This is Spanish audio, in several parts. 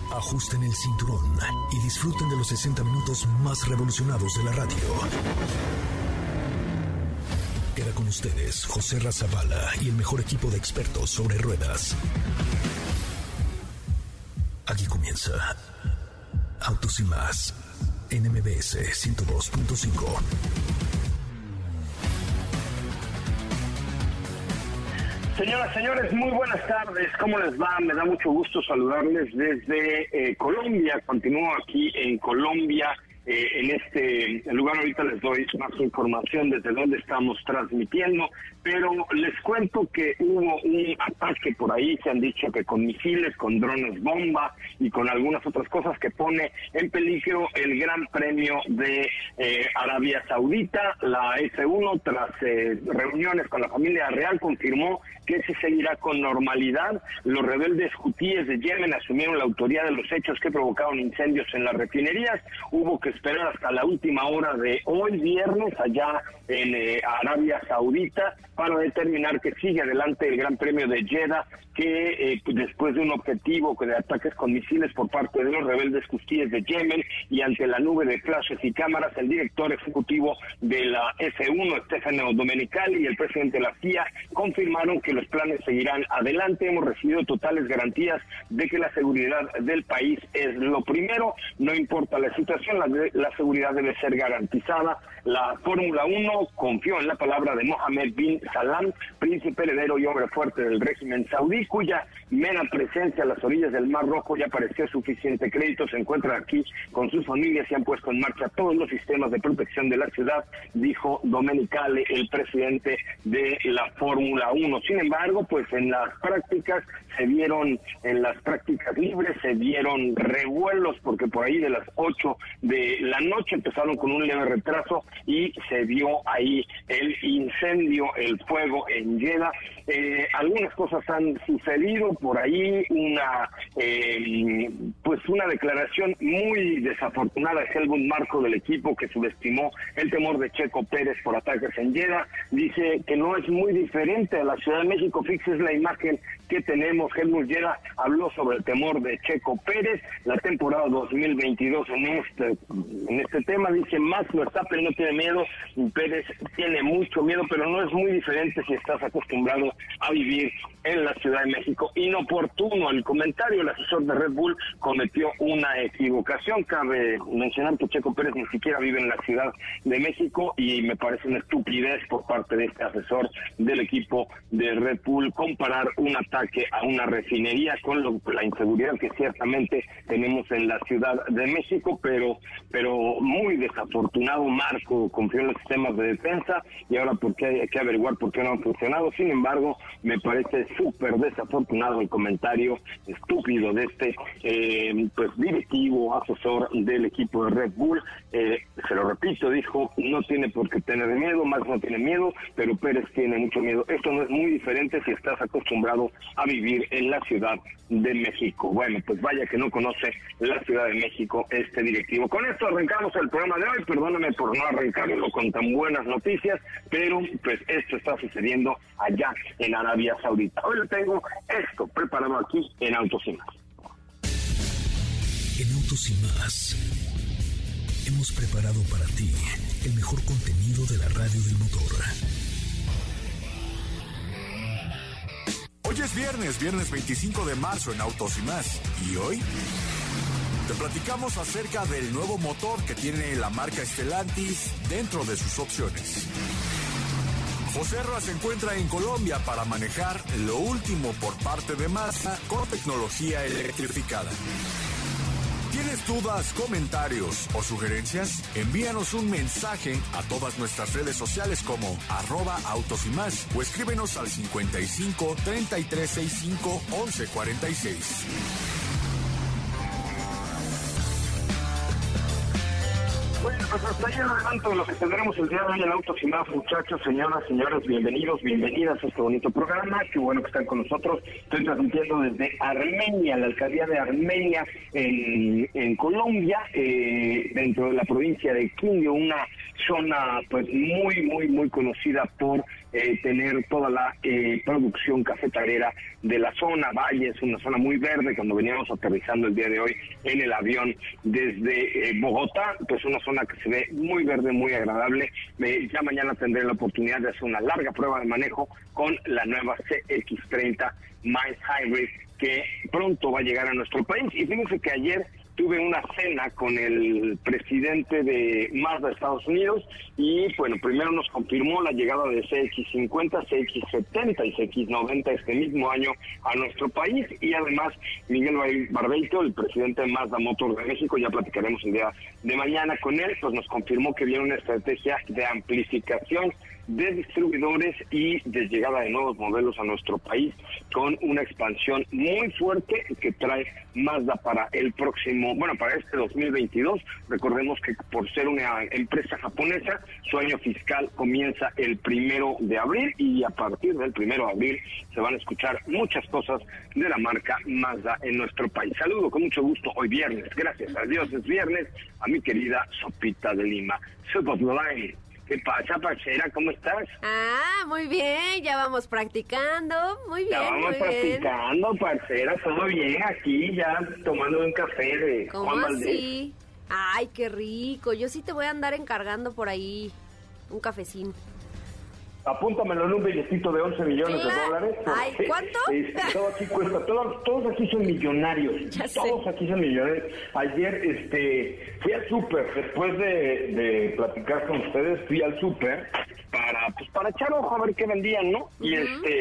Ajusten el cinturón y disfruten de los 60 minutos más revolucionados de la radio. Queda con ustedes José Razabala y el mejor equipo de expertos sobre ruedas. Aquí comienza Autos y Más en MBS 102.5. Señoras, señores, muy buenas tardes. ¿Cómo les va? Me da mucho gusto saludarles desde Colombia. Continúo aquí en Colombia, en este lugar. Ahorita les doy más información desde dónde estamos transmitiendo, pero les cuento que hubo un ataque por ahí. Se han dicho que con misiles, con drones bomba y con algunas otras cosas que pone en peligro el Gran Premio de Arabia Saudita. La F1, tras reuniones con la familia real, confirmó que se seguirá con normalidad. Los rebeldes hutíes de Yemen asumieron la autoría de los hechos que provocaron incendios en las refinerías. Hubo que esperar hasta la última hora de hoy viernes allá en Arabia Saudita para determinar que sigue adelante el Gran Premio de Jeddah, que después de un objetivo de ataques con misiles por parte de los rebeldes hutíes de Yemen y ante la nube de flashes y cámaras, el director ejecutivo de la F1, Stefano Domenicali, y el presidente de la FIA confirmaron que los planes seguirán adelante. Hemos recibido totales garantías de que la seguridad del país es lo primero, no importa la situación, la seguridad debe ser garantizada. La Fórmula 1 confió en la palabra de Mohammed bin Salman, príncipe heredero y hombre fuerte del régimen saudí, cuya mera presencia a las orillas del Mar Rojo ya pareció suficiente crédito. Se encuentran aquí con sus familias y han puesto en marcha todos los sistemas de protección de la ciudad, dijo Domenicali, el presidente de la Fórmula 1. Sin embargo, pues en las prácticas libres se vieron revuelos, porque por ahí de las 8 de la noche empezaron con un leve retraso y se vio ahí el incendio, el fuego en Jeddah. Algunas cosas han sucedido por ahí, una declaración muy desafortunada de Helmut Marko del equipo, que subestimó el temor de Checo Pérez por ataques en Jeddah. Dice que no es muy diferente a la Ciudad de México. Fíjese la imagen que tenemos. Helmut Jeddah habló sobre el temor de Checo Pérez, la temporada 2022 en este tema. Dice, Max Verstappen no tiene miedo, Pérez tiene mucho miedo, pero no es muy diferente si estás acostumbrado a vivir en la Ciudad de México. Inoportuno el comentario. El asesor de Red Bull cometió una equivocación. Cabe mencionar que Checo Pérez ni siquiera vive en la Ciudad de México y me parece una estupidez por parte de este asesor del equipo de Red Bull comparar un ataque a una refinería con la inseguridad que ciertamente tenemos en la Ciudad de México, pero muy desafortunado. Marco confió en los sistemas de defensa y ahora hay que averiguar por qué no han funcionado. Sin embargo, me parece súper desafortunado el comentario estúpido de este directivo, asesor del equipo de Red Bull. Se lo repito, dijo, no tiene por qué tener miedo, Max no tiene miedo, pero Pérez tiene mucho miedo. Esto no es muy diferente si estás acostumbrado a vivir en la Ciudad de México. Bueno, pues vaya que no conoce la Ciudad de México este directivo. Con esto arrancamos el programa de hoy. Perdóname por no arrancarlo con tan buenas noticias, pero pues esto está sucediendo allá en Arabia Saudita. Hoy le tengo esto preparado aquí en Autos y Más. En Autos y Más hemos preparado para ti el mejor contenido de la radio del motor. Hoy es viernes 25 de marzo en Autos y Más. ¿Y hoy? Te platicamos acerca del nuevo motor que tiene la marca Stellantis dentro de sus opciones. José Ra se encuentra en Colombia para manejar lo último por parte de Mazda con tecnología electrificada. ¿Tienes dudas, comentarios o sugerencias? Envíanos un mensaje a todas nuestras redes sociales como @autosymas o escríbenos al 55 3365 1146. Bueno, pues hasta ahí el adelanto de lo que tendremos el día de hoy en Autos y Más, muchachos, señoras, señores, bienvenidos, bienvenidas a este bonito programa. Qué bueno que están con nosotros. Estoy transmitiendo desde Armenia, la alcaldía de Armenia en Colombia, dentro de la provincia de Quindío, una zona pues muy conocida por tener toda la producción cafetalera de la zona. Valle es una zona muy verde. Cuando veníamos aterrizando el día de hoy en el avión desde Bogotá, pues una zona que se ve muy verde, muy agradable. Ya mañana tendré la oportunidad de hacer una larga prueba de manejo con la nueva CX-30 Mild Hybrid, que pronto va a llegar a nuestro país. Y fíjense que ayer tuve una cena con el presidente de Mazda de Estados Unidos y, bueno, primero nos confirmó la llegada de CX-50, CX-70 y CX-90 este mismo año a nuestro país, y además Miguel Barbeito, el presidente de Mazda Motors de México, ya platicaremos el día de mañana con él, pues nos confirmó que viene una estrategia de amplificación de distribuidores y de llegada de nuevos modelos a nuestro país, con una expansión muy fuerte que trae Mazda para el próximo, para este 2022. Recordemos que por ser una empresa japonesa, su año fiscal comienza el 1 de abril y a partir del 1 de abril se van a escuchar muchas cosas de la marca Mazda en nuestro país. Saludo con mucho gusto hoy viernes, gracias a Dios es viernes, a mi querida Sopita de Lima. Superline. ¿Qué pasa, parcera? ¿Cómo estás? Muy bien, ya vamos practicando, muy bien. Ya vamos practicando, parcera, todo bien aquí, ya tomando un café de Juan Valdez. Así? Ay, qué rico, yo sí te voy a andar encargando por ahí un cafecín. Apúntamelo en un billetito de 11 millones de dólares. Ay, ¿cuánto? Todo aquí cuesta, todos aquí son millonarios. Todos aquí son millonarios. Ayer fui al súper, después de platicar con ustedes, fui al súper para echar ojo a ver qué vendían, ¿no? Y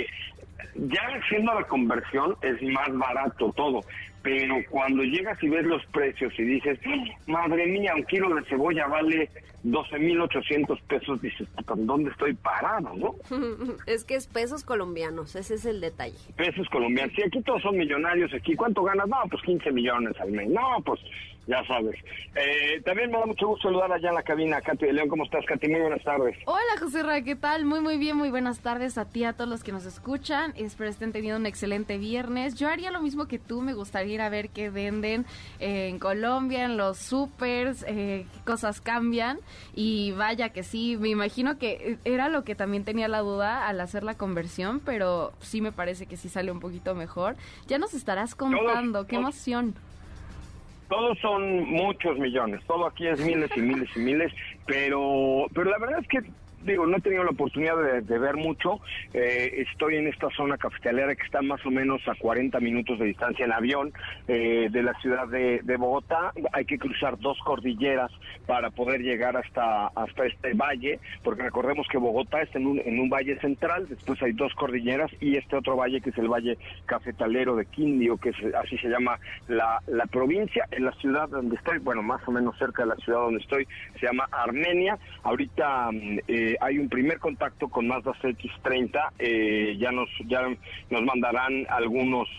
ya haciendo la conversión es más barato todo, pero cuando llegas y ves los precios y dices, madre mía, un kilo de cebolla vale 12,800 pesos, dices, ¿dónde estoy parado, no? Es que es pesos colombianos, ese es el detalle. Pesos colombianos, sí, aquí todos son millonarios, aquí, ¿cuánto ganas? No, pues 15 millones al mes, no, pues ya sabes. También me da mucho gusto saludar allá en la cabina a Katy de León. ¿Cómo estás, Katy? Muy buenas tardes. Hola, José Ra, ¿qué tal? Muy bien, muy buenas tardes a ti, a todos los que nos escuchan. Espero estén teniendo un excelente viernes. Yo haría lo mismo que tú, me gustaría ir a ver qué venden en Colombia, en los supers, qué cosas cambian. Y vaya que sí, me imagino que era lo que también tenía la duda al hacer la conversión, pero sí me parece que sí sale un poquito mejor. Ya nos estarás contando, qué emoción. Todos son muchos millones, todo aquí es miles y miles y miles, pero la verdad es que, no he tenido la oportunidad de ver mucho. Estoy en esta zona cafetalera que está más o menos a 40 minutos de distancia en avión de la ciudad de Bogotá. Hay que cruzar 2 cordilleras para poder llegar hasta este valle, porque recordemos que Bogotá está en un valle central, después hay 2 cordilleras y este otro valle que es el valle cafetalero de Quindío, que así se llama la provincia. En la ciudad donde estoy, más o menos cerca de la ciudad donde estoy, se llama Armenia. Ahorita hay un primer contacto con Mazda CX-30, ya nos mandarán algunos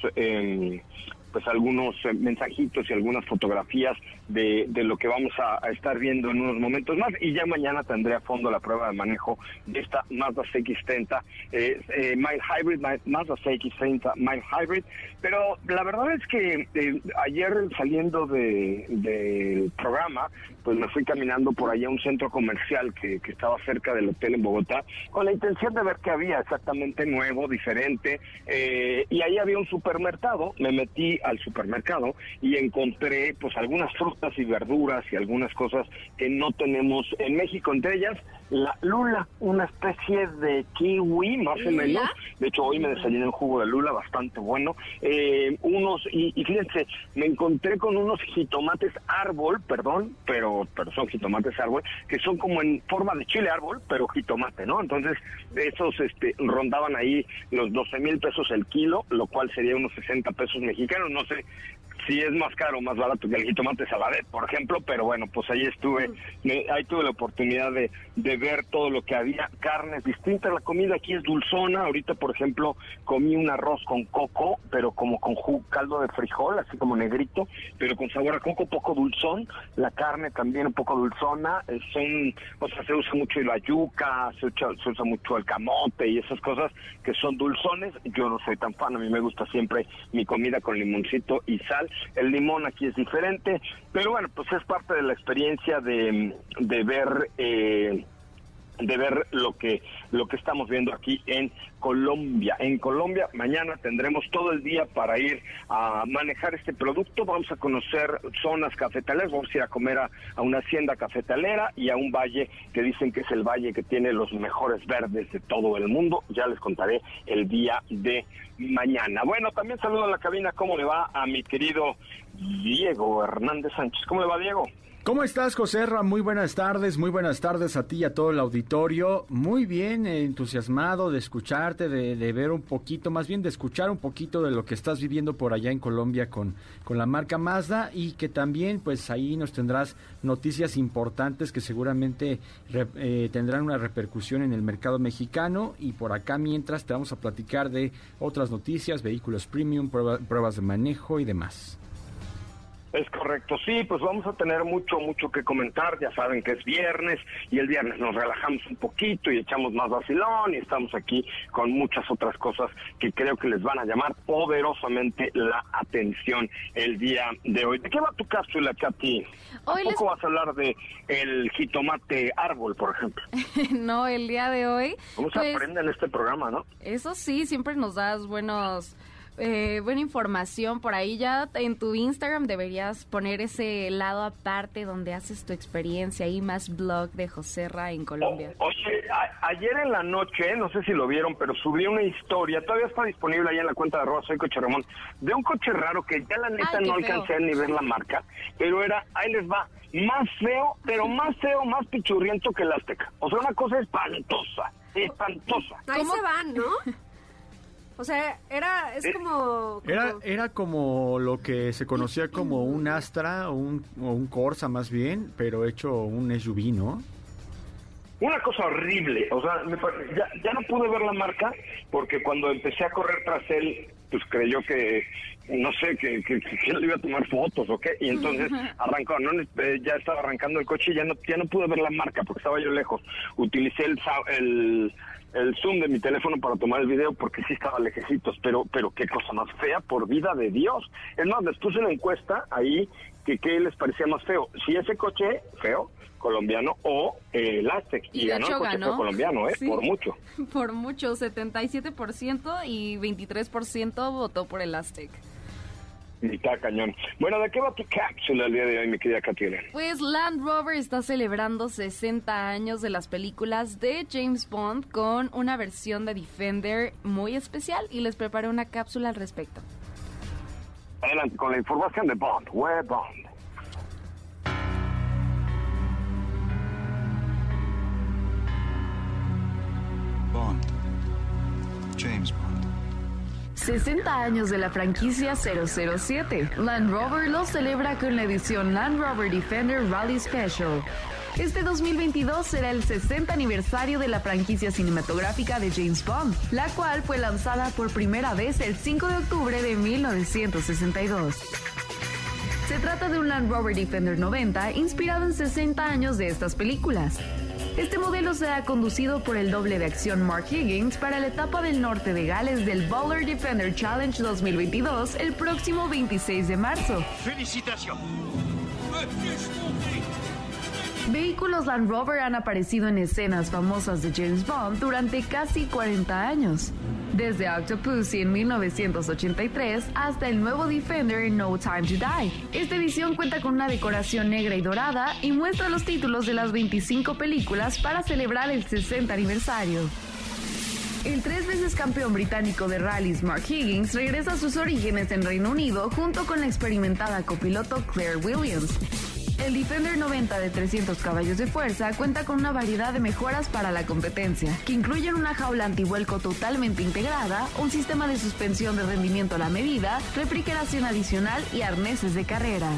mensajitos y algunas fotografías de lo que vamos a estar viendo en unos momentos más, y ya mañana tendré a fondo la prueba de manejo de esta Mazda CX-30 Mild Hybrid, Mazda CX-30 Mild Hybrid. Pero la verdad es que ayer saliendo del programa, pues me fui caminando por allá a un centro comercial que estaba cerca del hotel en Bogotá, con la intención de ver qué había exactamente nuevo, diferente, y ahí había un supermercado. Me metí al supermercado y encontré pues algunas frutas y verduras y algunas cosas que no tenemos en México, entre ellas la lula, una especie de kiwi más o menos. De hecho hoy me desayuné un jugo de lula bastante bueno, y fíjense, me encontré con unos jitomates árbol, pero son jitomates árbol, que son como en forma de chile árbol, pero jitomate, ¿no? Entonces esos rondaban ahí los 12,000 pesos el kilo, lo cual sería unos 60 pesos mexicanos. No sé si es más caro o más barato que el jitomate Saladet, por ejemplo, pero bueno, pues ahí estuve, ahí tuve la oportunidad de ver todo lo que había, carnes distintas. La comida aquí es dulzona. Ahorita, por ejemplo, comí un arroz con coco, pero como con caldo de frijol, así como negrito, pero con sabor a coco, poco dulzón. La carne también un poco dulzona. Se usa mucho la yuca, se usa mucho el camote y esas cosas que son dulzones. Yo no soy tan fan, a mí me gusta siempre mi comida con limoncito y sal. El limón aquí es diferente, pero bueno, pues es parte de la experiencia de ver de ver lo que estamos viendo aquí en Colombia. En Colombia mañana tendremos todo el día para ir a manejar este producto. Vamos a conocer zonas cafetaleras, vamos a ir a comer a una hacienda cafetalera y a un valle que dicen que es el valle que tiene los mejores verdes de todo el mundo. Ya les contaré el día de mañana. Bueno, también saludo a la cabina. ¿Cómo le va a mi querido Diego Hernández Sánchez? ¿Cómo le va, Diego? ¿Cómo estás, Joserra? Muy buenas tardes a ti y a todo el auditorio. Muy bien, entusiasmado de escucharte, de ver un poquito, más bien de escuchar un poquito de lo que estás viviendo por allá en Colombia con la marca Mazda, y que también pues ahí nos tendrás noticias importantes que seguramente tendrán una repercusión en el mercado mexicano. Y por acá mientras te vamos a platicar de otras noticias, vehículos premium, pruebas de manejo y demás. Es correcto, sí, pues vamos a tener mucho que comentar. Ya saben que es viernes y el viernes nos relajamos un poquito y echamos más vacilón, y estamos aquí con muchas otras cosas que creo que les van a llamar poderosamente la atención el día de hoy. ¿De qué va tu cápsula, Katy? ¿Tampoco vas a hablar de el jitomate árbol, por ejemplo? No, el día de hoy... ¿Cómo se aprende en este programa, no? Eso sí, siempre nos das buena información por ahí. Ya en tu Instagram deberías poner ese lado aparte donde haces tu experiencia y más blog de Joserra en Colombia. Oye, ayer en la noche, no sé si lo vieron, pero subí una historia, todavía está disponible ahí en la cuenta de @soy Coche Ramón, de un coche raro que ya la neta no alcancé ni ver la marca, pero era, ahí les va, más feo, más pichurriento que el Azteca. O sea, una cosa espantosa. Ahí se van, ¿no? O sea, Era como lo que se conocía como un Astra o un Corsa más bien, pero hecho un SUV, ¿no? Una cosa horrible. O sea, ya no pude ver la marca porque cuando empecé a correr tras él, pues creyó que, no sé, que le iba a tomar fotos o qué, y entonces arrancó, ¿no? Ya estaba arrancando el coche y ya no pude ver la marca porque estaba yo lejos. Utilicé el zoom de mi teléfono para tomar el video porque sí estaba lejecitos, pero qué cosa más fea, por vida de Dios. Es más, les puse una encuesta ahí que qué les parecía más feo, si ese coche feo colombiano o el Aztec, y ganó el coche feo colombiano, sí, por mucho. Por mucho, 77% y 23% votó por el Aztec. Y está cañón. Bueno, ¿de qué va tu cápsula el día de hoy, mi querida Katina? Pues Land Rover está celebrando 60 años de las películas de James Bond con una versión de Defender muy especial y les preparé una cápsula al respecto. Adelante con la información de Bond. Where Bond? Bond. James Bond. 60 años de la franquicia 007. Land Rover lo celebra con la edición Land Rover Defender Rally Special. Este 2022 será el 60 aniversario de la franquicia cinematográfica de James Bond, la cual fue lanzada por primera vez el 5 de octubre de 1962. Se trata de un Land Rover Defender 90 inspirado en 60 años de estas películas. Este modelo será conducido por el doble de acción Mark Higgins para la etapa del norte de Gales del Bowler Defender Challenge 2022 el próximo 26 de marzo. ¡Felicitaciones! Vehículos Land Rover han aparecido en escenas famosas de James Bond durante casi 40 años. Desde Octopussy en 1983 hasta el nuevo Defender en No Time to Die. Esta edición cuenta con una decoración negra y dorada y muestra los títulos de las 25 películas para celebrar el 60 aniversario. El 3 veces campeón británico de rallies Mark Higgins regresa a sus orígenes en Reino Unido junto con la experimentada copiloto Claire Williams. El Defender 90 de 300 caballos de fuerza cuenta con una variedad de mejoras para la competencia, que incluyen una jaula antivuelco totalmente integrada, un sistema de suspensión de rendimiento a la medida, refrigeración adicional y arneses de carrera.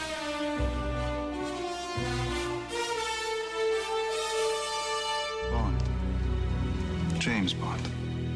Bond. James Bond.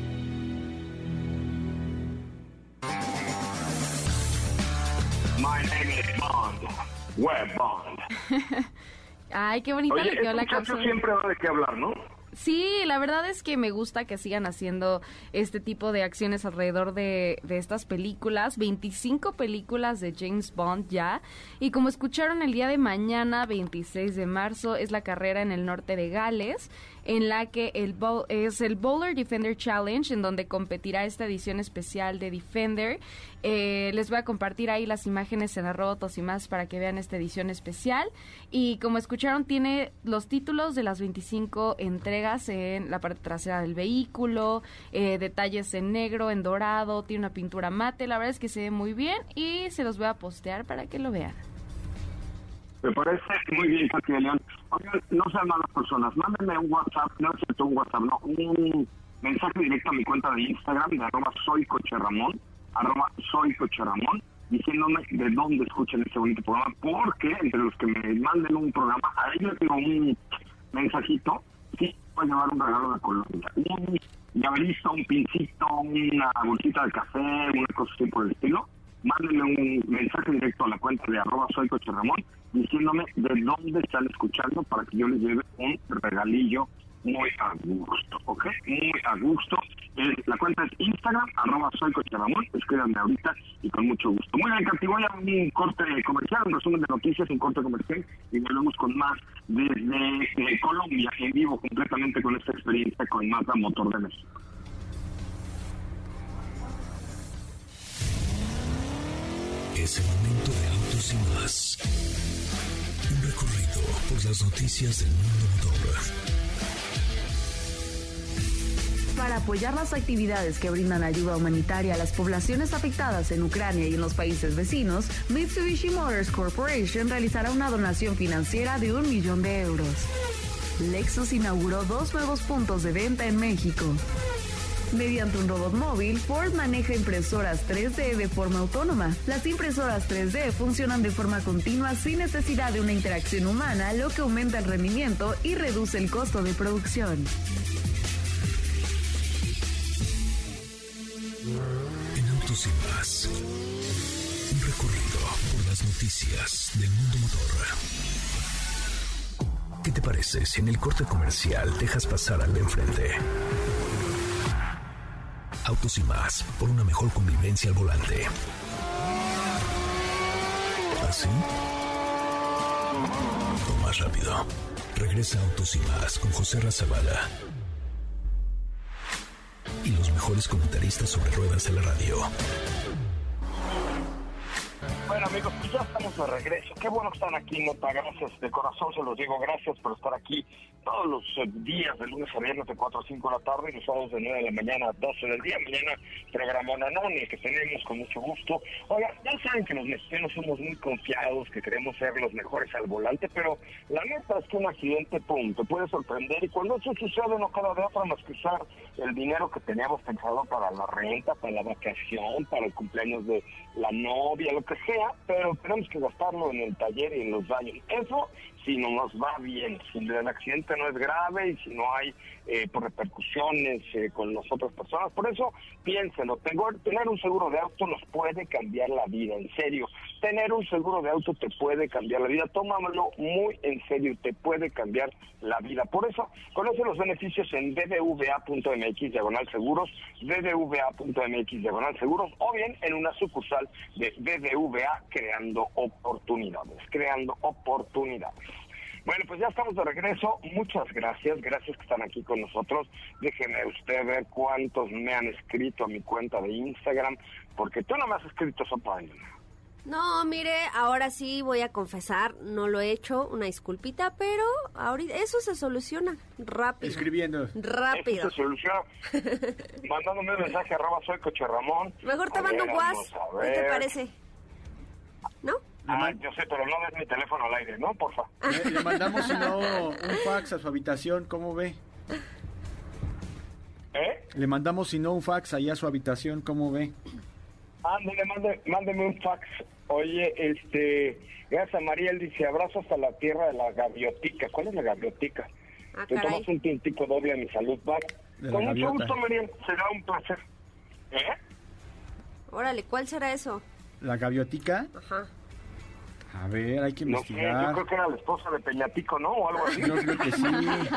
My name is Bond. Where Bond? Ay, qué bonita le quedó la cápsula. Siempre va de qué hablar, ¿no? Sí, la verdad es que me gusta que sigan haciendo este tipo de acciones alrededor de estas películas. 25 películas de James Bond ya. Y como escucharon, el día de mañana, 26 de marzo, es la carrera en el norte de Gales. en la que es el Bowler Defender Challenge, en donde competirá esta edición especial de Defender. Les voy a compartir ahí las imágenes en @autosymás para que vean esta edición especial. Y como escucharon, tiene los títulos de las 25 entregas en la parte trasera del vehículo, detalles en negro, en dorado, tiene una pintura mate. La verdad es que se ve muy bien y se los voy a postear para que lo vean. Me parece muy bien, Pati de León. Oigan, no sean malas personas, mándenme un WhatsApp, un mensaje directo a mi cuenta de Instagram, de @soycocheramón, @soycocheramón, diciéndome de dónde escuchan este bonito programa, porque entre los que me manden un programa, ahí les digo un mensajito, sí, voy a llevar un regalo de Colombia. Un llaverito, un pincito, una bolsita de café, una cosa así por el estilo. Mándenme un mensaje directo a la cuenta de @soycocheramón diciéndome de dónde están escuchando para que yo les lleve un regalillo muy a gusto, ¿ok? Muy a gusto. La cuenta es Instagram, @soycocheramón. Escríbanme ahorita y con mucho gusto. Muy bien, Katy, voy a un corte comercial, un resumen de noticias, un corte comercial, y volvemos con más desde Colombia, en vivo completamente con esta experiencia con Mazda Motor de México. Es el momento de Autos y Más. Un recorrido por las noticias del mundo motor. Para apoyar las actividades que brindan ayuda humanitaria a las poblaciones afectadas en Ucrania y en los países vecinos, Mitsubishi Motors Corporation realizará una donación financiera de €1 millón. Lexus inauguró 2 nuevos puntos de venta en México. Mediante un robot móvil, Ford maneja impresoras 3D de forma autónoma. Las impresoras 3D funcionan de forma continua sin necesidad de una interacción humana, lo que aumenta el rendimiento y reduce el costo de producción. En Autos y Más, un recorrido por las noticias del mundo motor. ¿Qué te parece si en el corte comercial dejas pasar al de enfrente? Autos y Más, por una mejor convivencia al volante. ¿Así? O más rápido. Regresa Autos y Más con José Razabala y los mejores comentaristas sobre ruedas de la radio. Bueno, amigos, pues ya estamos de regreso. Qué bueno que están aquí, neta. Gracias, de corazón se los digo. Gracias por estar aquí todos los días, de lunes a viernes, de 4 a 5 de la tarde, y los sábados de 9 de la mañana a 12 del día. Mañana programón anónimo que tenemos con mucho gusto. Oiga, ya saben que los mexicanos somos muy confiados, que queremos ser los mejores al volante, pero la neta es que un accidente, pum, te puede sorprender, y cuando eso sucede no queda de otra más que usar el dinero que teníamos pensado para la renta, para la vacación, para el cumpleaños de la novia, lo que sea, pero tenemos que gastarlo en el taller y en los daños. Eso si no nos va bien, si el accidente no es grave y si no hay repercusiones con las otras personas. Por eso, piénselo, tener un seguro de auto nos puede cambiar la vida, en serio. Tener un seguro de auto te puede cambiar la vida, tómalo muy en serio, te puede cambiar la vida. Por eso, conoce los beneficios en bbva.mx/seguros, bbva.mx/seguros, o bien en una sucursal de BBVA, creando oportunidades. Bueno, pues ya estamos de regreso. Muchas gracias que están aquí con nosotros. Déjenme usted ver cuántos me han escrito a mi cuenta de Instagram, porque tú no me has escrito, Sopa. No, mire, ahora sí voy a confesar, no lo he hecho, una disculpita, pero ahorita eso se soluciona rápido. Escribiendo. Rápido. Eso se soluciona mandándome un mensaje @soycocheramón. Mejor te mando un WhatsApp, ¿qué te parece? ¿No? Yo sé, pero no des mi teléfono al aire, ¿no? Porfa. Le mandamos, si no, un fax a su habitación, ¿cómo ve? Le mandamos, si no, un fax ahí a su habitación, ¿cómo ve? Mándeme un fax. Oye, gracias a Mariel, dice, abrazo hasta la tierra de la gaviotica. ¿Cuál es la gaviotica? Te tomas un tintico doble a mi salud, ¿vale? Con mucho gusto, Mariel, será un placer. Órale, ¿cuál será eso? ¿La gaviotica? Ajá. A ver, hay que investigar. No sé, yo creo que era la esposa de Peñatico, ¿no? O algo así. Yo creo que sí.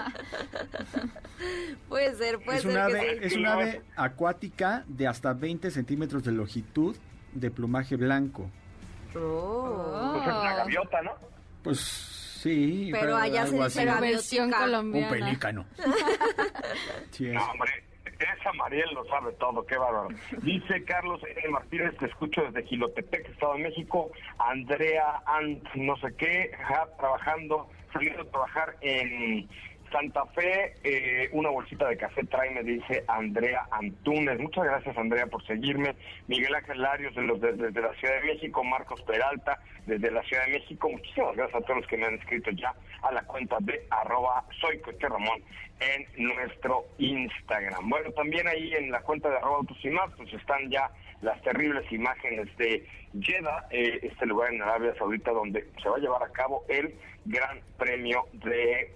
Puede ser que sí. Es una ave acuática de hasta 20 centímetros de longitud, de plumaje blanco. Pues es una gaviota, ¿no? Pues Sí, pero allá se algo dice así. Pero versión gaviotica. colombiana. Un pelícano. Sí, es. No, hombre, esa Mariel lo sabe todo, qué bárbaro. Dice Carlos Martínez, te escucho desde Jilotepec, Estado de México. Andrea no sé qué, trabajando, saliendo a trabajar en Santa Fe, una bolsita de café trae, me dice Andrea Antúnez. Muchas gracias, Andrea, por seguirme. Miguel Ángel Larios desde la Ciudad de México, Marcos Peralta desde la Ciudad de México. Muchísimas gracias a todos los que me han escrito ya a la cuenta de @soycocheramón en nuestro Instagram. Bueno, también ahí en la cuenta de @autosimás, pues están ya las terribles imágenes de Jeddah, este lugar en Arabia Saudita donde se va a llevar a cabo el Gran Premio de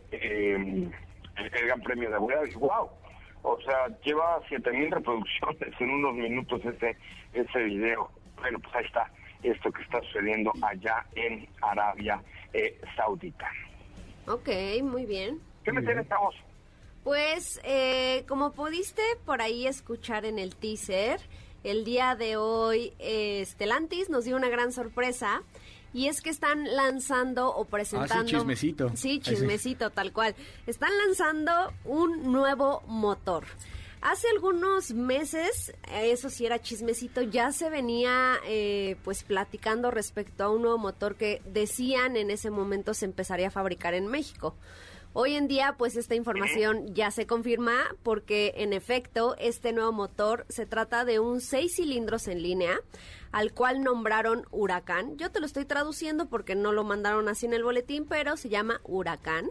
Abu Dhabi. ¡Wow! O sea, lleva 7,000 reproducciones en unos minutos ese video. Bueno, pues ahí está esto que está sucediendo allá en Arabia Saudita. Ok, muy bien. ¿Qué me tienes, Chavos? Pues, como pudiste por ahí escuchar en el teaser, el día de hoy Stellantis nos dio una gran sorpresa. Y es que están lanzando o presentando... sí, chismecito. Sí, chismecito, tal cual. Están lanzando un nuevo motor. Hace algunos meses, eso sí era chismecito, ya se venía pues platicando respecto a un nuevo motor que decían en ese momento se empezaría a fabricar en México. Hoy en día, pues esta información ya se confirma porque, en efecto, este nuevo motor se trata de un 6 cilindros en línea, al cual nombraron Huracán. Yo te lo estoy traduciendo porque no lo mandaron así en el boletín, pero se llama Huracán.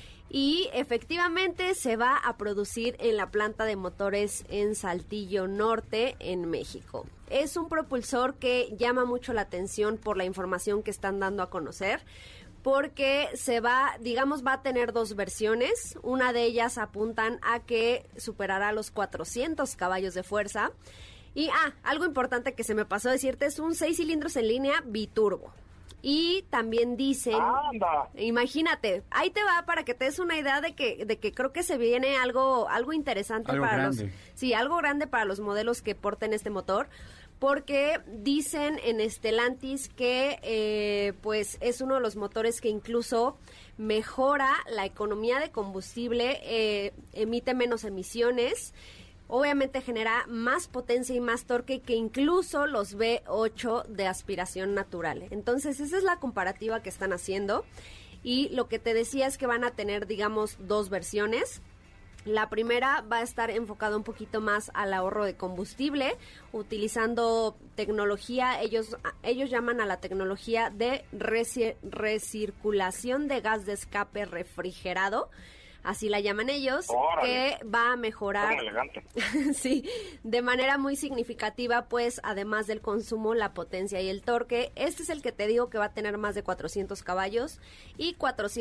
Y efectivamente se va a producir en la planta de motores en Saltillo Norte, en México. Es un propulsor que llama mucho la atención por la información que están dando a conocer, porque va a tener dos versiones. Una de ellas apuntan a que superará los 400 caballos de fuerza. Y, algo importante que se me pasó decirte, es un 6 cilindros en línea biturbo. Y también dicen, imagínate, ahí te va para que te des una idea de que creo que se viene algo interesante algo para grande. algo grande para los modelos que porten este motor. Porque dicen en Stellantis que pues es uno de los motores que incluso mejora la economía de combustible, emite menos emisiones, obviamente genera más potencia y más torque que incluso los V8 de aspiración natural. Entonces esa es la comparativa que están haciendo, y lo que te decía es que van a tener, digamos, dos versiones. La primera va a estar enfocada un poquito más al ahorro de combustible, utilizando tecnología, ellos llaman a la tecnología de recirculación de gas de escape refrigerado, así la llaman ellos. ¡Órale! Que va a mejorar sí, de manera muy significativa, pues además del consumo, la potencia y el torque. Este es el que te digo que va a tener más de 400 caballos y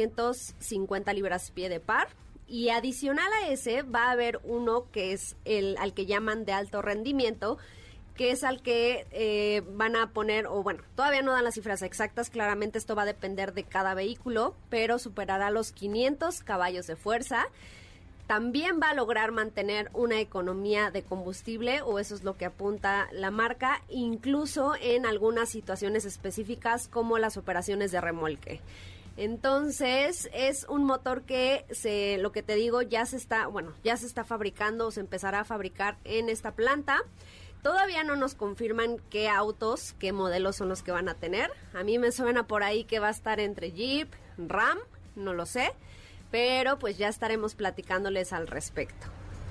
450 libras-pie de par. Y adicional a ese va a haber uno que es al que llaman de alto rendimiento, que es al que van a poner, o bueno, todavía no dan las cifras exactas, claramente esto va a depender de cada vehículo, pero superará los 500 caballos de fuerza. También va a lograr mantener una economía de combustible, o eso es lo que apunta la marca, incluso en algunas situaciones específicas como las operaciones de remolque. Entonces es un motor que lo que te digo, ya se está fabricando, o se empezará a fabricar en esta planta. Todavía no nos confirman qué modelos son los que van a tener. A mí me suena por ahí que va a estar entre Jeep, Ram, no lo sé, pero pues ya estaremos platicándoles al respecto.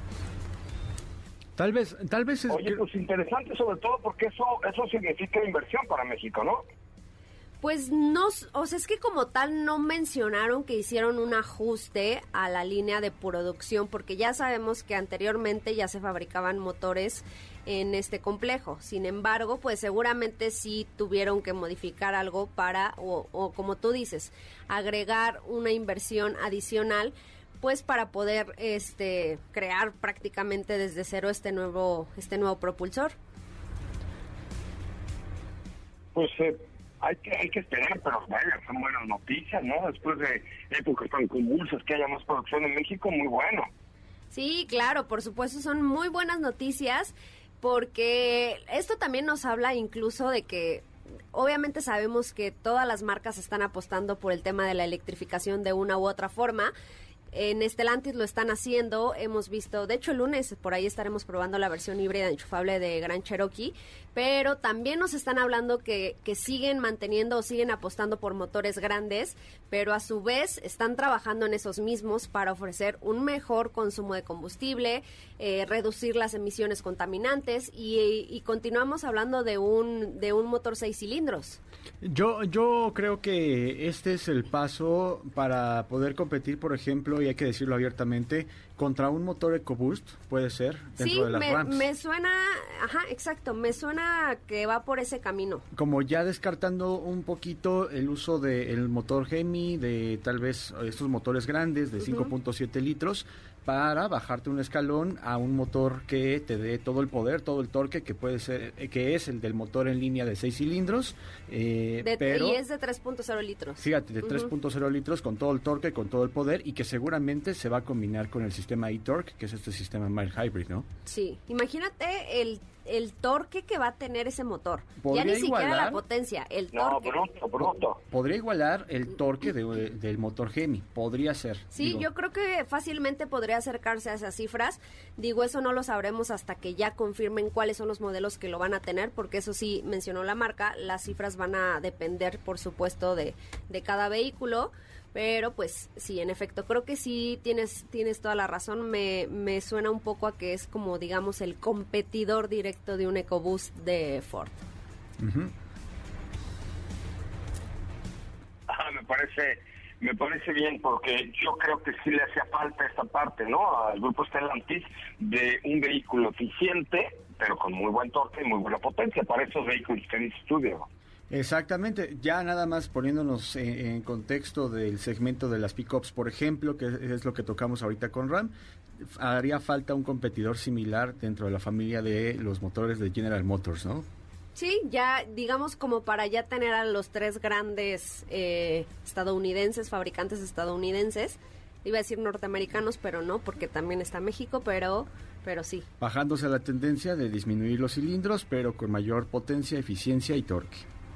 Tal vez es... Oye, pues interesante, sobre todo porque eso significa inversión para México, ¿no? Pues no, o sea, es que como tal no mencionaron que hicieron un ajuste a la línea de producción, porque ya sabemos que anteriormente ya se fabricaban motores en este complejo. Sin embargo, pues seguramente sí tuvieron que modificar algo para, o como tú dices, agregar una inversión adicional, pues para poder crear prácticamente desde cero este nuevo propulsor. Pues hay que esperar, pero vaya, son buenas noticias, ¿no? Después de épocas tan convulsas, que haya más producción en México, muy bueno. Sí, claro, por supuesto, son muy buenas noticias, porque esto también nos habla incluso de que obviamente sabemos que todas las marcas están apostando por el tema de la electrificación de una u otra forma. En Stellantis lo están haciendo, hemos visto, de hecho el lunes por ahí estaremos probando la versión híbrida enchufable de Grand Cherokee, pero también nos están hablando que siguen manteniendo o siguen apostando por motores grandes, pero a su vez están trabajando en esos mismos para ofrecer un mejor consumo de combustible, reducir las emisiones contaminantes y continuamos hablando de un motor 6 cilindros. Yo creo que este es el paso para poder competir, por ejemplo, y hay que decirlo abiertamente, contra un motor EcoBoost, puede ser, dentro de las Rams. Me suena, exacto, me suena que va por ese camino. Como ya descartando un poquito el uso del motor Hemi, de tal vez estos motores grandes de 5.7 litros, para bajarte un escalón a un motor que te dé todo el poder, todo el torque que puede ser, que es el del motor en línea de 6 cilindros, pero y es de 3.0 litros. Fíjate, de 3.0 litros con todo el torque, con todo el poder, y que seguramente se va a combinar con el sistema eTorque, que es este sistema mild hybrid, ¿no? Sí, imagínate el torque que va a tener ese motor. Ya ni siquiera la potencia, el torque. Bruto. Podría igualar el torque del motor Hemi, podría ser. Sí, yo creo que fácilmente podría acercarse a esas cifras. Digo, eso no lo sabremos hasta que ya confirmen cuáles son los modelos que lo van a tener, porque eso sí mencionó la marca, las cifras van a depender, por supuesto, de cada vehículo. Pero pues sí, en efecto, creo que sí tienes toda la razón. Me suena un poco a que es como, digamos, el competidor directo de un EcoBoost de Ford. Me parece bien, porque yo creo que sí le hacía falta esta parte, ¿no? Al grupo Stellantis, de un vehículo eficiente, pero con muy buen torque y muy buena potencia para esos vehículos que dices tú, Diego. Exactamente, ya nada más poniéndonos en contexto del segmento de las pickups, por ejemplo, que es lo que tocamos ahorita con Ram, haría falta un competidor similar dentro de la familia de los motores de General Motors, ¿no? Sí, ya digamos como para ya tener a los tres grandes fabricantes estadounidenses, iba a decir norteamericanos, pero no, porque también está México, pero sí. Bajándose la tendencia de disminuir los cilindros, pero con mayor potencia, eficiencia y torque.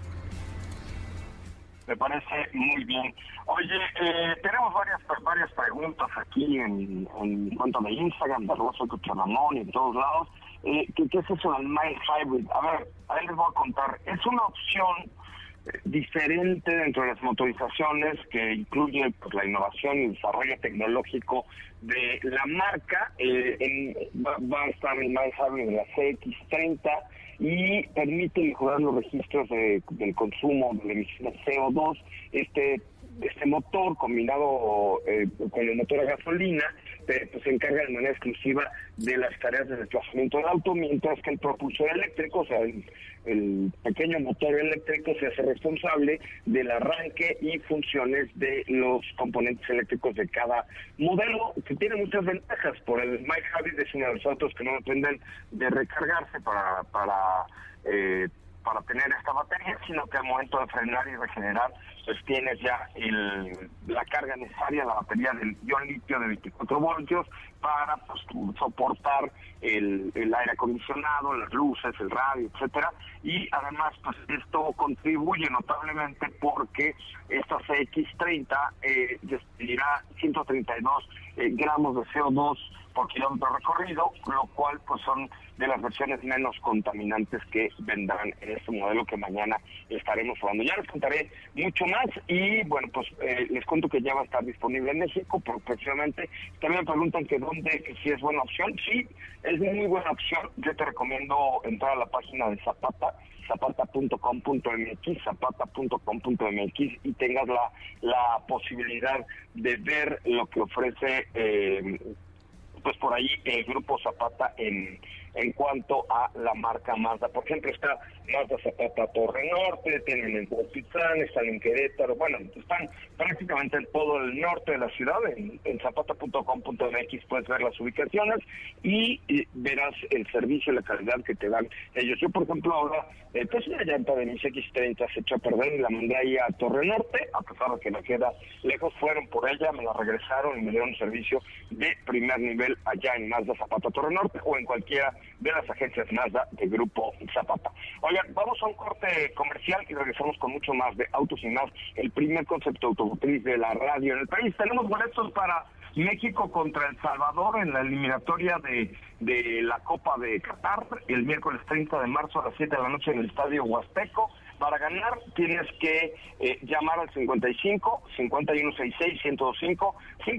Me parece muy bien. Oye, tenemos varias preguntas aquí en cuanto de Instagram, de Rosa Cucharamón y en todos lados. ¿Qué es eso del mild hybrid? A ver, ahí les voy a contar. Es una opción diferente dentro de las motorizaciones que incluye pues, la innovación y el desarrollo tecnológico de la marca. Va a estar el mild hybrid de la CX30 y permite mejorar los registros del consumo de emisiones CO2. Este motor combinado con el motor a gasolina pues se encarga de manera exclusiva de las tareas de desplazamiento del auto, mientras que el propulsor eléctrico, o sea, el pequeño motor eléctrico, se hace responsable del arranque y funciones de los componentes eléctricos de cada modelo, que tiene muchas ventajas. Por el mild hybrid es uno de los autos que no dependen de recargarse para tener esta batería, sino que al momento de frenar y regenerar, pues tienes ya la carga necesaria, la batería del ion litio de 24 voltios para pues, soportar el aire acondicionado, las luces, el radio, etcétera. Y además, pues esto contribuye notablemente porque esta CX30 despedirá 132 gramos de CO2 por kilómetro recorrido, lo cual pues son de las versiones menos contaminantes que vendrán en este modelo que mañana estaremos probando. Ya les contaré mucho más y bueno, pues les cuento que ya va a estar disponible en México próximamente. También me preguntan que si es buena opción. Sí, es muy buena opción. Yo te recomiendo entrar a la página de zapata.com.mx y tengas la posibilidad de ver lo que ofrece pues por ahí el grupo Zapata en cuanto a la marca Mazda. Por ejemplo, está Mazda Zapata Torre Norte, tienen en Cuautitlán, están en Querétaro, bueno, están prácticamente en todo el norte de la ciudad. En zapata.com.mx puedes ver las ubicaciones y verás el servicio y la calidad que te dan ellos. Yo, por ejemplo, ahora, pues una llanta de mi X30 se echó a perder y la mandé ahí a Torre Norte, a pesar de que me queda lejos. Fueron por ella, me la regresaron y me dieron un servicio de primer nivel allá en Mazda Zapata Torre Norte o en cualquiera de las agencias Mazda de Grupo Zapata. Oigan, vamos a un corte comercial y regresamos con mucho más de Autos y Más, el primer concepto automotriz de la radio en el país. Tenemos boletos para México contra El Salvador en la eliminatoria de la Copa de Qatar el miércoles 30 de marzo a las 7 de la noche en el Estadio Huasteco. Para ganar tienes que llamar al 55-5166-1025,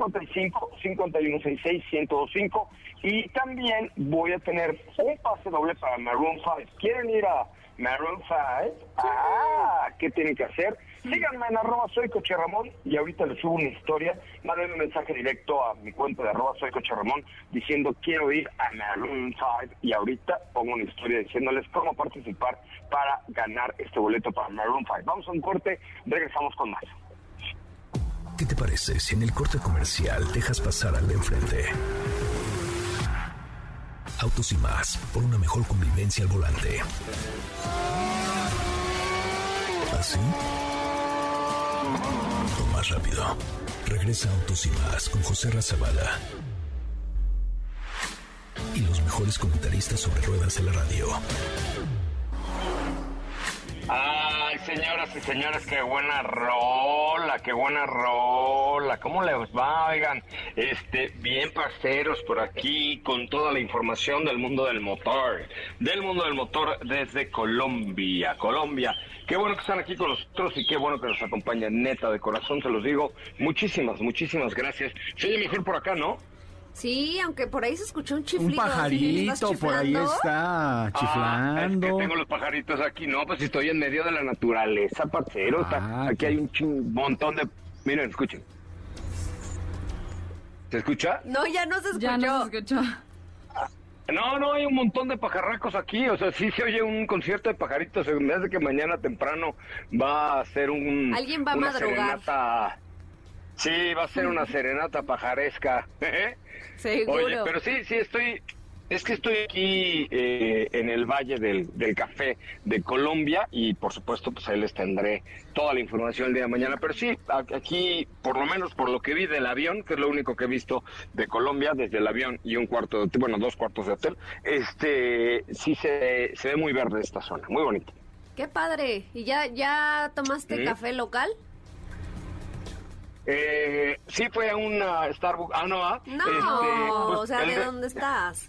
55-5166-1025, y también voy a tener un pase doble para Maroon 5. ¿Quieren ir a Maroon 5? ¿Qué tienen que hacer? Síganme en @soycocherramón y ahorita les subo una historia. Mándenme un mensaje directo a mi cuenta de @soycocherramón diciendo quiero ir a Maroon 5 y ahorita pongo una historia diciéndoles cómo participar para ganar este boleto para Maroon 5. Vamos a un corte, regresamos con más. ¿Qué te parece si en el corte comercial dejas pasar al de enfrente? Autos y Más, por una mejor convivencia al volante. ¿Así? O más rápido. Regresa Autos y Más con José Razabala y los mejores comentaristas sobre ruedas de la radio. Ay, señoras y señores, qué buena rola, qué buena rola. ¿Cómo les va? Oigan, bien parceros por aquí con toda la información del mundo del motor desde Colombia. Qué bueno que están aquí con nosotros y qué bueno que nos acompañan, neta, de corazón se los digo. Muchísimas gracias. Se oye mejor por acá, ¿no? Sí, aunque por ahí se escuchó un chiflido. Un pajarito por ahí está chiflando. Es que tengo los pajaritos aquí, no, pues estoy en medio de la naturaleza, parcero. Aquí hay un montón de... Miren, escuchen. ¿Se escucha? No, ya no se escuchó. Ya no se escuchó. No, hay un montón de pajarracos aquí, o sea, sí se oye un concierto de pajaritos. Me hace que mañana temprano va a ser alguien va a madrugar. Serenata. Sí, va a ser una serenata pajaresca. Seguro. Oye, pero sí, estoy aquí en el Valle del Café de Colombia y por supuesto pues ahí les tendré toda la información el día de mañana, pero sí, aquí por lo menos por lo que vi del avión, que es lo único que he visto de Colombia, desde el avión y 2 cuartos de hotel, sí se ve muy verde esta zona, muy bonito. Qué padre. ¿Y ya tomaste café local? Sí, fue a una Starbucks. No, pues, o sea, ¿de dónde estás?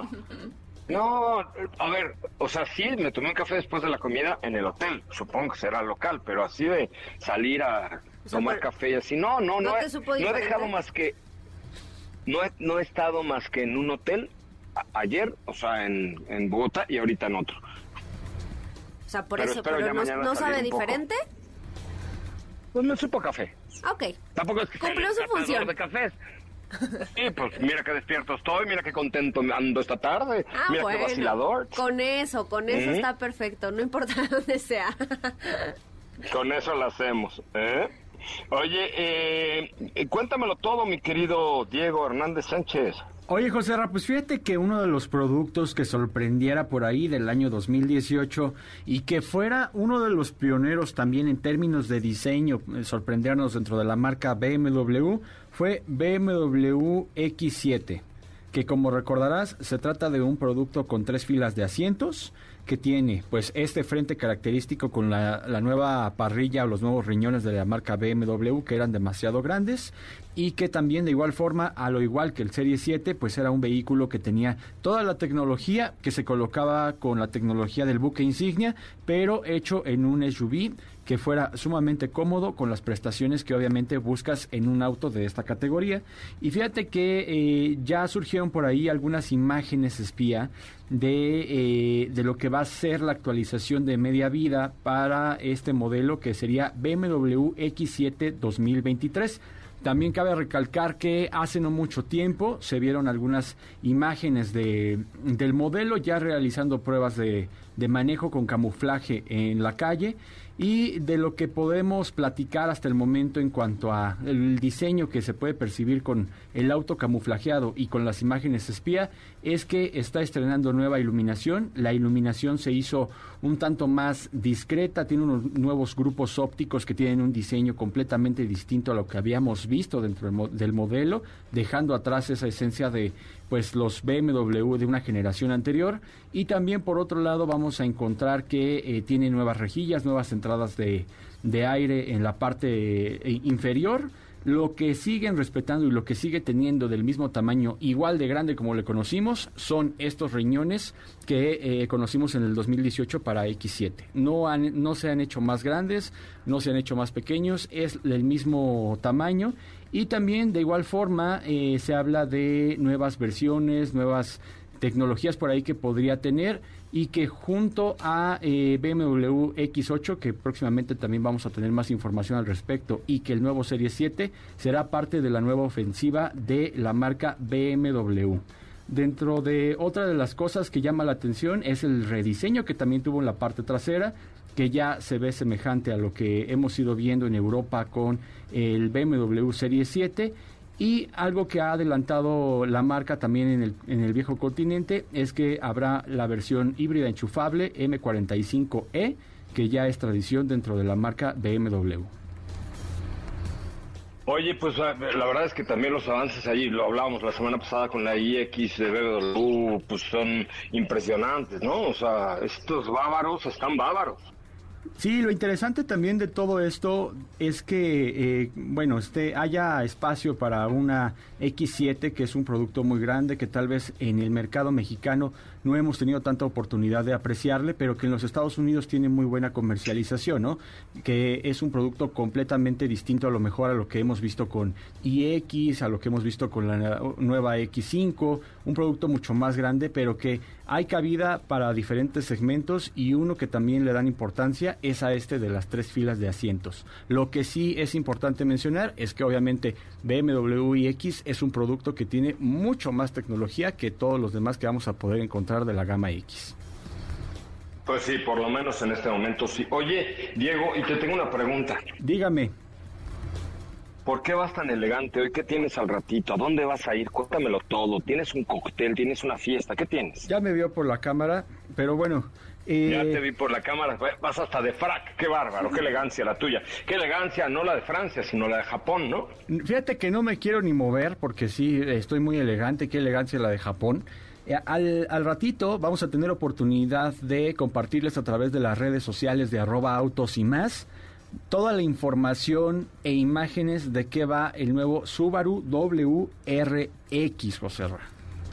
No, a ver, o sea, sí, me tomé un café después de la comida en el hotel, supongo que será local, pero así de salir a tomar café y así, no he dejado más que, no he estado más que en un hotel ayer, o sea, en Bogotá y ahorita en otro. O sea, por eso, pero ¿no sabe diferente? Pues me supo café. Ok. Tampoco es que cumplió su función de cafés. Sí, pues mira que despierto estoy, mira que contento ando esta tarde, mira bueno, que vacilador. Con eso está perfecto, no importa dónde sea. Con eso lo hacemos, ¿eh? Oye, cuéntamelo todo, mi querido Diego Hernández Sánchez. Oye, José Ra, pues fíjate que uno de los productos que sorprendiera por ahí del año 2018 y que fuera uno de los pioneros también en términos de diseño, sorprendernos dentro de la marca BMW, fue BMW X7, que como recordarás se trata de un producto con 3 filas de asientos, que tiene pues este frente característico con la nueva parrilla o los nuevos riñones de la marca BMW que eran demasiado grandes, y que también de igual forma, a lo igual que el Serie 7, pues era un vehículo que tenía toda la tecnología que se colocaba con la tecnología del buque insignia, pero hecho en un SUV que fuera sumamente cómodo con las prestaciones que obviamente buscas en un auto de esta categoría. Y fíjate que ya surgieron por ahí algunas imágenes espía de lo que va a ser la actualización de media vida para este modelo que sería BMW X7 2023. También cabe recalcar que hace no mucho tiempo se vieron algunas imágenes del modelo ya realizando pruebas de manejo con camuflaje en la calle, y de lo que podemos platicar hasta el momento en cuanto a el diseño que se puede percibir con el auto camuflajeado y con las imágenes espía, es que está estrenando nueva iluminación. La iluminación se hizo un tanto más discreta, tiene unos nuevos grupos ópticos que tienen un diseño completamente distinto a lo que habíamos visto dentro del modelo, dejando atrás esa esencia de pues los BMW de una generación anterior. Y también por otro lado vamos a encontrar que tiene nuevas rejillas, nuevas entradas de aire en la parte inferior. Lo que siguen respetando y lo que sigue teniendo del mismo tamaño, igual de grande como le conocimos, son estos riñones que conocimos en el 2018 para X7. No se han hecho más grandes, no se han hecho más pequeños, es el mismo tamaño. Y también de igual forma se habla de nuevas versiones, nuevas tecnologías por ahí que podría tener, y que junto a BMW X8, que próximamente también vamos a tener más información al respecto, y que el nuevo Serie 7 será parte de la nueva ofensiva de la marca BMW. Dentro de otra de las cosas que llama la atención es el rediseño que también tuvo en la parte trasera, que ya se ve semejante a lo que hemos ido viendo en Europa con el BMW Serie 7. Y algo que ha adelantado la marca también en el viejo continente es que habrá la versión híbrida enchufable M45E, que ya es tradición dentro de la marca BMW. Oye, pues la verdad es que también los avances ahí, lo hablábamos la semana pasada con la iX de BMW, pues son impresionantes, ¿no? O sea, estos bávaros están bárbaros. Sí, lo interesante también de todo esto es que, haya espacio para una X7, que es un producto muy grande, que tal vez en el mercado mexicano no hemos tenido tanta oportunidad de apreciarle, pero que en los Estados Unidos tiene muy buena comercialización, ¿no? Que es un producto completamente distinto a lo mejor a lo que hemos visto con iX, a lo que hemos visto con la nueva X5, un producto mucho más grande, pero que hay cabida para diferentes segmentos, y uno que también le dan importancia es a este de las 3 filas de asientos. Lo que sí es importante mencionar es que obviamente BMW iX es un producto que tiene mucho más tecnología que todos los demás que vamos a poder encontrar de la gama X. Pues sí, por lo menos en este momento sí. Oye, Diego, y te tengo una pregunta. Dígame. ¿Por qué vas tan elegante hoy? ¿Qué tienes al ratito? ¿A dónde vas a ir? Cuéntamelo todo. ¿Tienes un cóctel? ¿Tienes una fiesta? ¿Qué tienes? Ya me vio por la cámara, pero bueno... Ya te vi por la cámara, vas hasta de frac, qué bárbaro, qué elegancia la tuya. Qué elegancia, no la de Francia, sino la de Japón, ¿no? Fíjate que no me quiero ni mover, porque sí, estoy muy elegante, qué elegancia la de Japón. Al ratito vamos a tener oportunidad de compartirles a través de las redes sociales de @autos y más toda la información e imágenes de qué va el nuevo Subaru WRX, José Ra.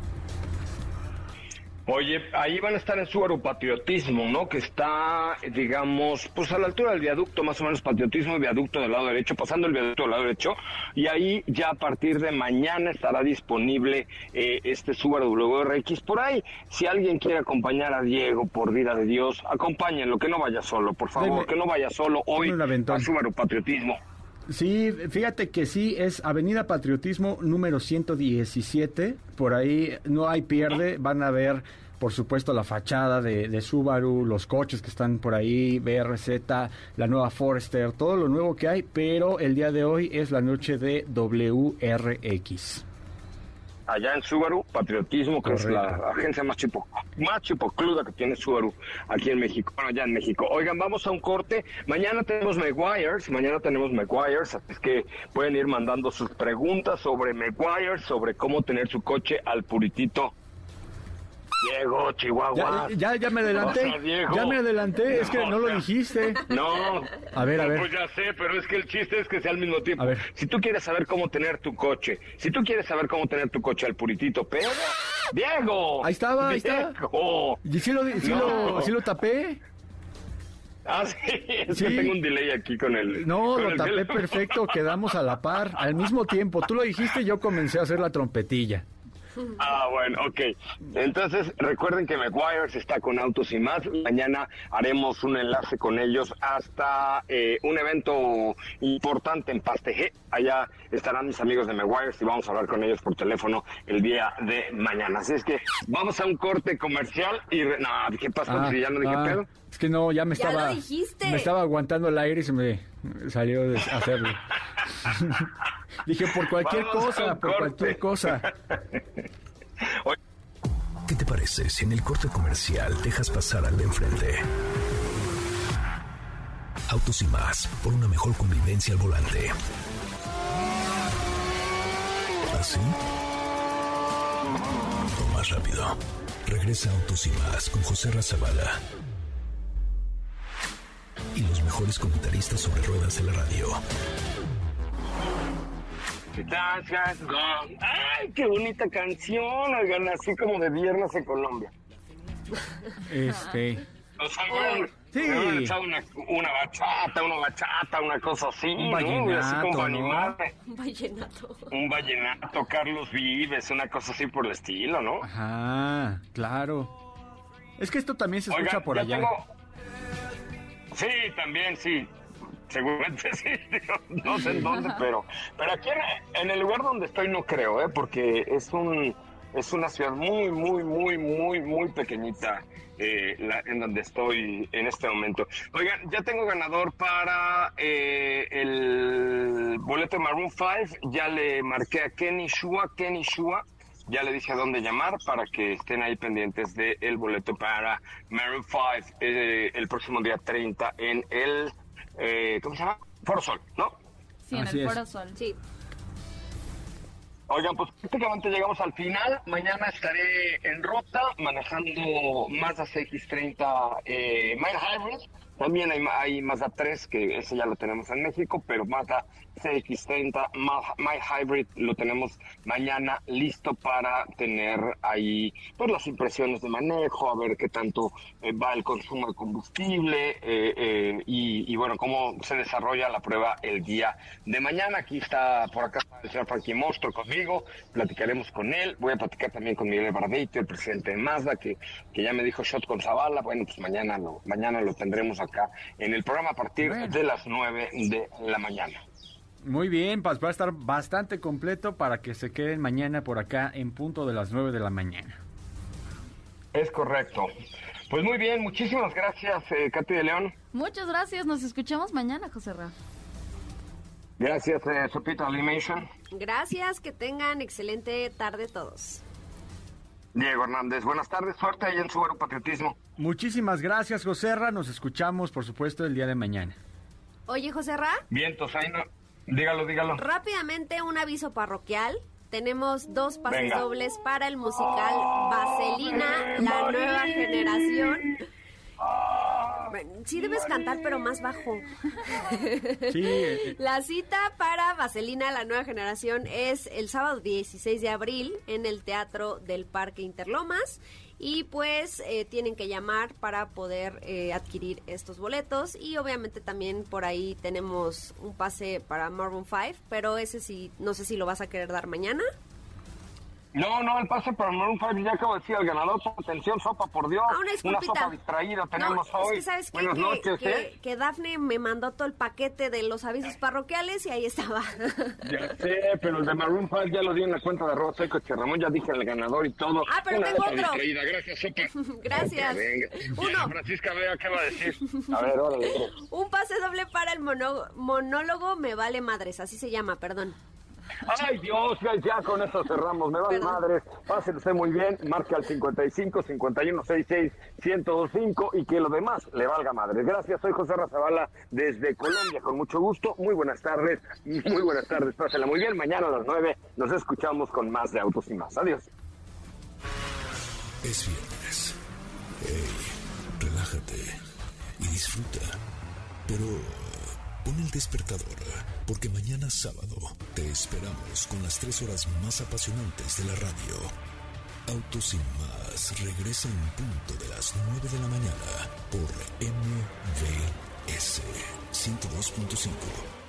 Oye, ahí van a estar en Subaru Patriotismo, ¿no? Que está, digamos, pues a la altura del viaducto, más o menos Patriotismo y viaducto del lado derecho, pasando el viaducto del lado derecho, y ahí ya a partir de mañana estará disponible este Subaru WRX. Por ahí, si alguien quiere acompañar a Diego, por vida de Dios, acompáñenlo, que no vaya solo, por favor, que no vaya solo hoy a Subaru Patriotismo. Sí, fíjate que sí, es Avenida Patriotismo número 117, por ahí no hay pierde, van a ver, por supuesto, la fachada de Subaru, los coches que están por ahí, BRZ, la nueva Forester, todo lo nuevo que hay, pero el día de hoy es la noche de WRX. Allá en Subaru Patriotismo, que correcto, es la agencia más chipocluda que tiene Subaru aquí en México, allá en México. Oigan, vamos a un corte. Mañana tenemos Meguiar's, así es que pueden ir mandando sus preguntas sobre Meguiar's, sobre cómo tener su coche al puritito. Diego, Chihuahua. Ya me adelanté. O sea, ya me adelanté, es que no lo dijiste. No. A ver. Pues ya sé, pero es que el chiste es que sea al mismo tiempo. A ver. Si tú quieres saber cómo tener tu coche, al puritito, pero Diego. Ahí estaba. ¿Y sí lo tapé? Ah, sí, es que tengo un delay aquí con el... No, con lo el tapé teléfono. perfecto, quedamos a la par, al mismo tiempo. Tú lo dijiste y yo comencé a hacer la trompetilla. Ah, bueno, ok. Entonces, recuerden que Meguiar's está con Autos y Más. Mañana haremos un enlace con ellos hasta un evento importante en Pastejé. Allá estarán mis amigos de Meguiar's y vamos a hablar con ellos por teléfono el día de mañana. Así es que vamos a un corte comercial y... No, ¿qué pasó? Si ya no dije pedo. Es que no, ya me estaba aguantando el aire y se me salió de hacerlo. Dije, por cualquier cosa. ¿Qué te parece si en el corte comercial dejas pasar al de enfrente? Autos y Más, por una mejor convivencia al volante. ¿Así? O más rápido. Regresa Autos y Más con José Razabala. Y los mejores comentaristas sobre ruedas de la radio. ¡Ay, qué bonita canción! Oigan, así como de viernes en Colombia. O sea, me echado una bachata, una cosa así, un vallenato, así como ¿no? Un vallenato, Carlos Vives, una cosa así por el estilo, ¿no? Ajá, claro. Es que esto también se escucha por allá. Sí, también, sí. Seguramente sí, digo, no sé en dónde, pero aquí en el lugar donde estoy no creo, porque es una ciudad muy pequeñita, en donde estoy en este momento. Oigan, ya tengo ganador para el boleto de Maroon 5, ya le marqué a Kenny Shua, ya le dije a dónde llamar para que estén ahí pendientes del boleto para Maroon 5 el próximo día 30 en el... ¿cómo se llama? Foro Sol, ¿no? Sí, en el Foro Sol. Sí. Oigan, pues prácticamente llegamos al final. Mañana estaré en ruta manejando Mazda CX-30 Mild Hybrid. También hay Mazda 3, que ese ya lo tenemos en México, pero Mazda CX-30 Mild Hybrid lo tenemos mañana listo para tener ahí pues las impresiones de manejo, a ver qué tanto va el consumo de combustible y bueno, cómo se desarrolla la prueba el día de mañana. Aquí está, por acá el señor Frankie Monstruo conmigo, platicaremos con él. Voy a platicar también con Miguel Barbeito, el presidente de Mazda, que ya me dijo shot con Zavala. Bueno, pues mañana lo tendremos acá en el programa a partir de las 9 de la mañana. Muy bien, pues va a estar bastante completo para que se queden mañana por acá en punto de las 9 de la mañana. Es correcto. Pues muy bien, muchísimas gracias, Katy de León. Muchas gracias, nos escuchamos mañana, José Ra. Gracias, Sopita Animation. Gracias, que tengan excelente tarde todos. Diego Hernández, buenas tardes, suerte ahí en su aeropatriotismo. Muchísimas gracias, José Ra, nos escuchamos, por supuesto, el día de mañana. Oye, José Ra. Vientos, ahí no... Dígalo. Rápidamente, un aviso parroquial. Tenemos 2 pases dobles para el musical Vaselina, la nueva generación. Sí debes cantar, pero más bajo. Sí. La cita para Vaselina, la nueva generación, es el sábado 16 de abril en el Teatro del Parque Interlomas. Y pues tienen que llamar para poder adquirir estos boletos. Y obviamente también por ahí tenemos un pase para Maroon 5, pero ese sí, no sé si lo vas a querer dar mañana. No, el pase para Maroon 5, ya acabo de decir al ganador. Atención, Sopa, por Dios. Una sopa distraída tenemos hoy. Es que ¿sabes qué? Buenas noches, que Dafne me mandó todo el paquete de los avisos parroquiales y ahí estaba. Ya sé, pero el de Maroon 5 ya lo di en la cuenta de arroba seco Ramón, ya dije el ganador y todo. Ah, pero tengo otro. Distraída. Gracias, Sopa. Gracias. Uno. Francisca Vega, ¿qué va a decir? A ver, órale. Un pase doble para el monólogo Me Vale Madres, así se llama, perdón. Ay, Dios, ya con eso cerramos. Me vale madres. Pásense usted muy bien. Marque al 55 51 66 1025 y que lo demás le valga madres. Gracias, soy José Razabala desde Colombia. Con mucho gusto. Muy buenas tardes. Pásenla muy bien. Mañana a las 9 nos escuchamos con más de Autos y Más. Adiós. Es viernes. Hey, relájate y disfruta. Pero pon el despertador, porque mañana sábado te esperamos con las 3 horas más apasionantes de la radio. Autos y Más regresa en punto de las 9 de la mañana por MVS 102.5.